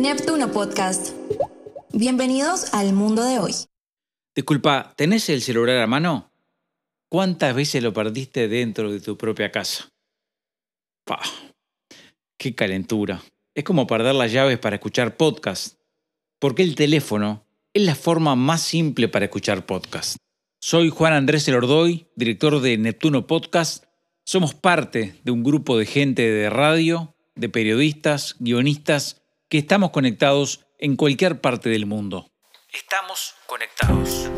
Neptuno Podcast. Bienvenidos al mundo de hoy. Disculpa, ¿tenés el celular a mano? ¿Cuántas veces lo perdiste dentro de tu propia casa? ¡Pah! ¡Qué calentura! Es como perder las llaves para escuchar podcast. Porque el teléfono es la forma más simple para escuchar podcast. Soy Juan Andrés Elordoy, director de Neptuno Podcast. Somos parte de un grupo de gente de radio, de periodistas, guionistas, que estamos conectados en cualquier parte del mundo. Estamos conectados.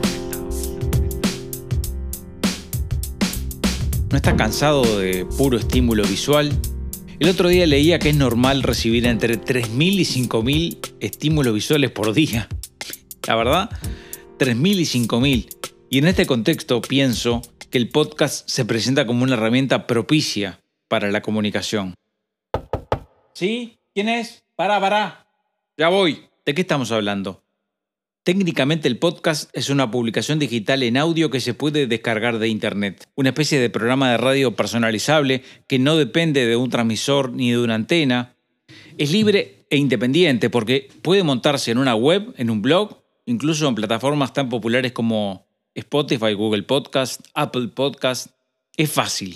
¿No estás cansado de puro estímulo visual? El otro día leía que es normal recibir entre 3.000 y 5.000 estímulos visuales por día. La verdad, 3.000 y 5.000. Y en este contexto pienso que el podcast se presenta como una herramienta propicia para la comunicación. ¿Sí? ¿Quién es? Pará. Ya voy. ¿De qué estamos hablando? Técnicamente el podcast es una publicación digital en audio que se puede descargar de internet. Una especie de programa de radio personalizable que no depende de un transmisor ni de una antena. Es libre e independiente porque puede montarse en una web, en un blog, incluso en plataformas tan populares como Spotify, Google Podcast, Apple Podcast. Es fácil.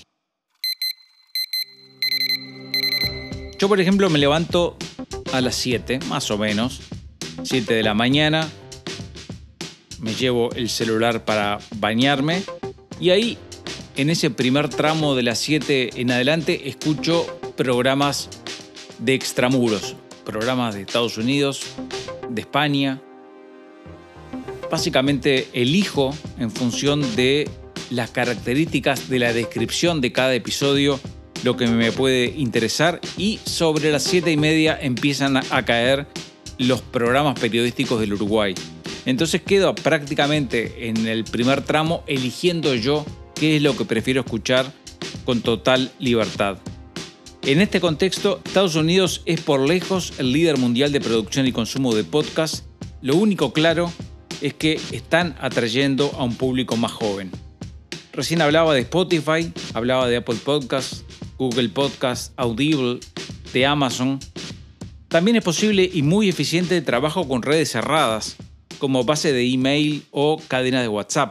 Yo, por ejemplo, me levanto a las 7, más o menos, 7 de la mañana. Me llevo el celular para bañarme y ahí, en ese primer tramo de las 7 en adelante, escucho programas de extramuros, programas de Estados Unidos, de España. Básicamente elijo en función de las características de la descripción de cada episodio lo que me puede interesar y sobre las 7:30 empiezan a caer los programas periodísticos del Uruguay. Entonces quedo prácticamente en el primer tramo eligiendo yo qué es lo que prefiero escuchar con total libertad. En este contexto, Estados Unidos es por lejos el líder mundial de producción y consumo de podcast. Lo único claro es que están atrayendo a un público más joven. Recién hablaba de Spotify, hablaba de Apple Podcasts, Google Podcasts, Audible, de Amazon. También es posible y muy eficiente el trabajo con redes cerradas, como base de email o cadena de WhatsApp.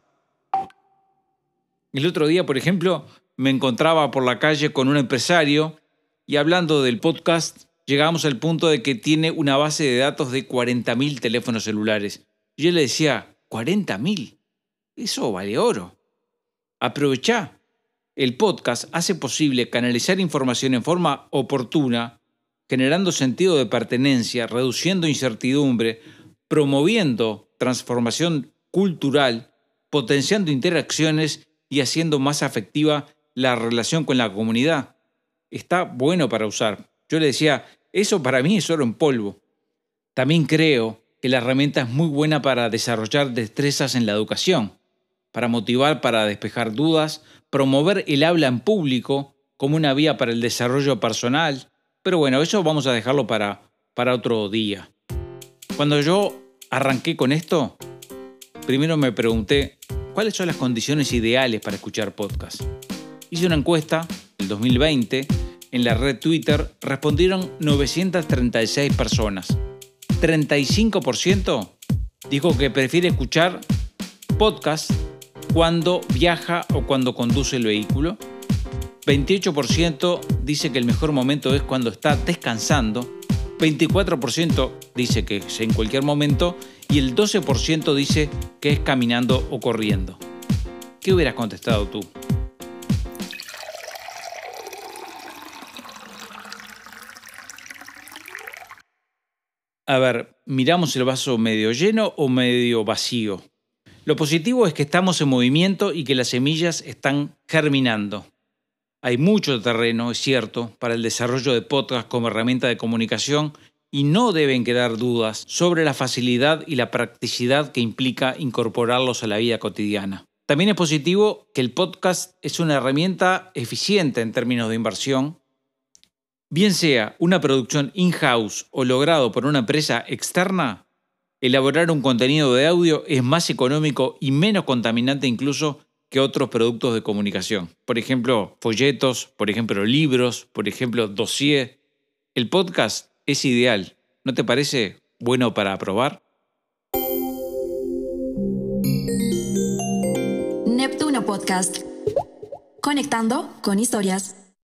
El otro día, por ejemplo, me encontraba por la calle con un empresario y hablando del podcast, llegamos al punto de que tiene una base de datos de 40.000 teléfonos celulares. Y yo le decía, ¿40.000? Eso vale oro. Aprovechá. El podcast hace posible canalizar información en forma oportuna, generando sentido de pertenencia, reduciendo incertidumbre, promoviendo transformación cultural, potenciando interacciones y haciendo más afectiva la relación con la comunidad. Está bueno para usar. Yo le decía, eso para mí es oro en polvo. También creo que la herramienta es muy buena para desarrollar destrezas en la educación, para motivar, para despejar dudas, promover el habla en público como una vía para el desarrollo personal. Pero bueno, eso vamos a dejarlo para otro día. Cuando yo arranqué con esto, primero me pregunté cuáles son las condiciones ideales para escuchar podcast. Hice una encuesta en el 2020 en la red Twitter, respondieron 936 personas. 35% dijo que prefiere escuchar podcast cuando viaja o cuando conduce el vehículo. 28% dice que el mejor momento es cuando está descansando. 24% dice que es en cualquier momento y el 12% dice que es caminando o corriendo. ¿Qué hubieras contestado tú? A ver, ¿miramos el vaso medio lleno o medio vacío? Lo positivo es que estamos en movimiento y que las semillas están germinando. Hay mucho terreno, es cierto, para el desarrollo de podcast como herramienta de comunicación y no deben quedar dudas sobre la facilidad y la practicidad que implica incorporarlos a la vida cotidiana. También es positivo que el podcast es una herramienta eficiente en términos de inversión. Bien sea una producción in-house o logrado por una empresa externa, elaborar un contenido de audio es más económico y menos contaminante incluso que otros productos de comunicación. Por ejemplo, folletos, por ejemplo, libros, por ejemplo, dossier. El podcast es ideal ¿No te parece bueno para probar? Neptuno Podcast. Conectando con historias.